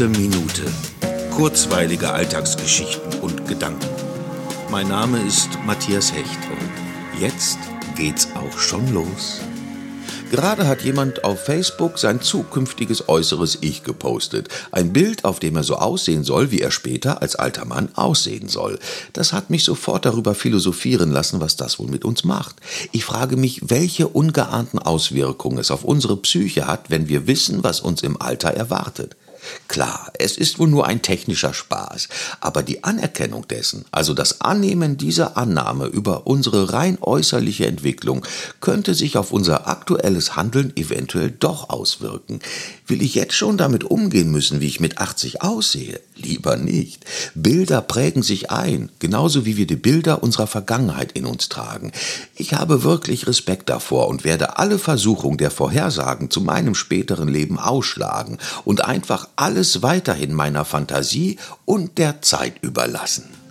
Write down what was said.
Gute Minute. Kurzweilige Alltagsgeschichten und Gedanken. Mein Name ist Matthias Hecht und jetzt geht's auch schon los. Gerade hat jemand auf Facebook sein zukünftiges äußeres Ich gepostet. Ein Bild, auf dem er so aussehen soll, wie er später als alter Mann aussehen soll. Das hat mich sofort darüber philosophieren lassen, was das wohl mit uns macht. Ich frage mich, welche ungeahnten Auswirkungen es auf unsere Psyche hat, wenn wir wissen, was uns im Alter erwartet. Klar, es ist wohl nur ein technischer Spaß, aber die Anerkennung dessen, also das Annehmen dieser Annahme über unsere rein äußerliche Entwicklung, könnte sich auf unser aktuelles Handeln eventuell doch auswirken. Will ich jetzt schon damit umgehen müssen, wie ich mit 80 aussehe? Lieber nicht. Bilder prägen sich ein, genauso wie wir die Bilder unserer Vergangenheit in uns tragen. Ich habe wirklich Respekt davor und werde alle Versuchung der Vorhersagen zu meinem späteren Leben ausschlagen und einfach alles weiterhin meiner Fantasie und der Zeit überlassen.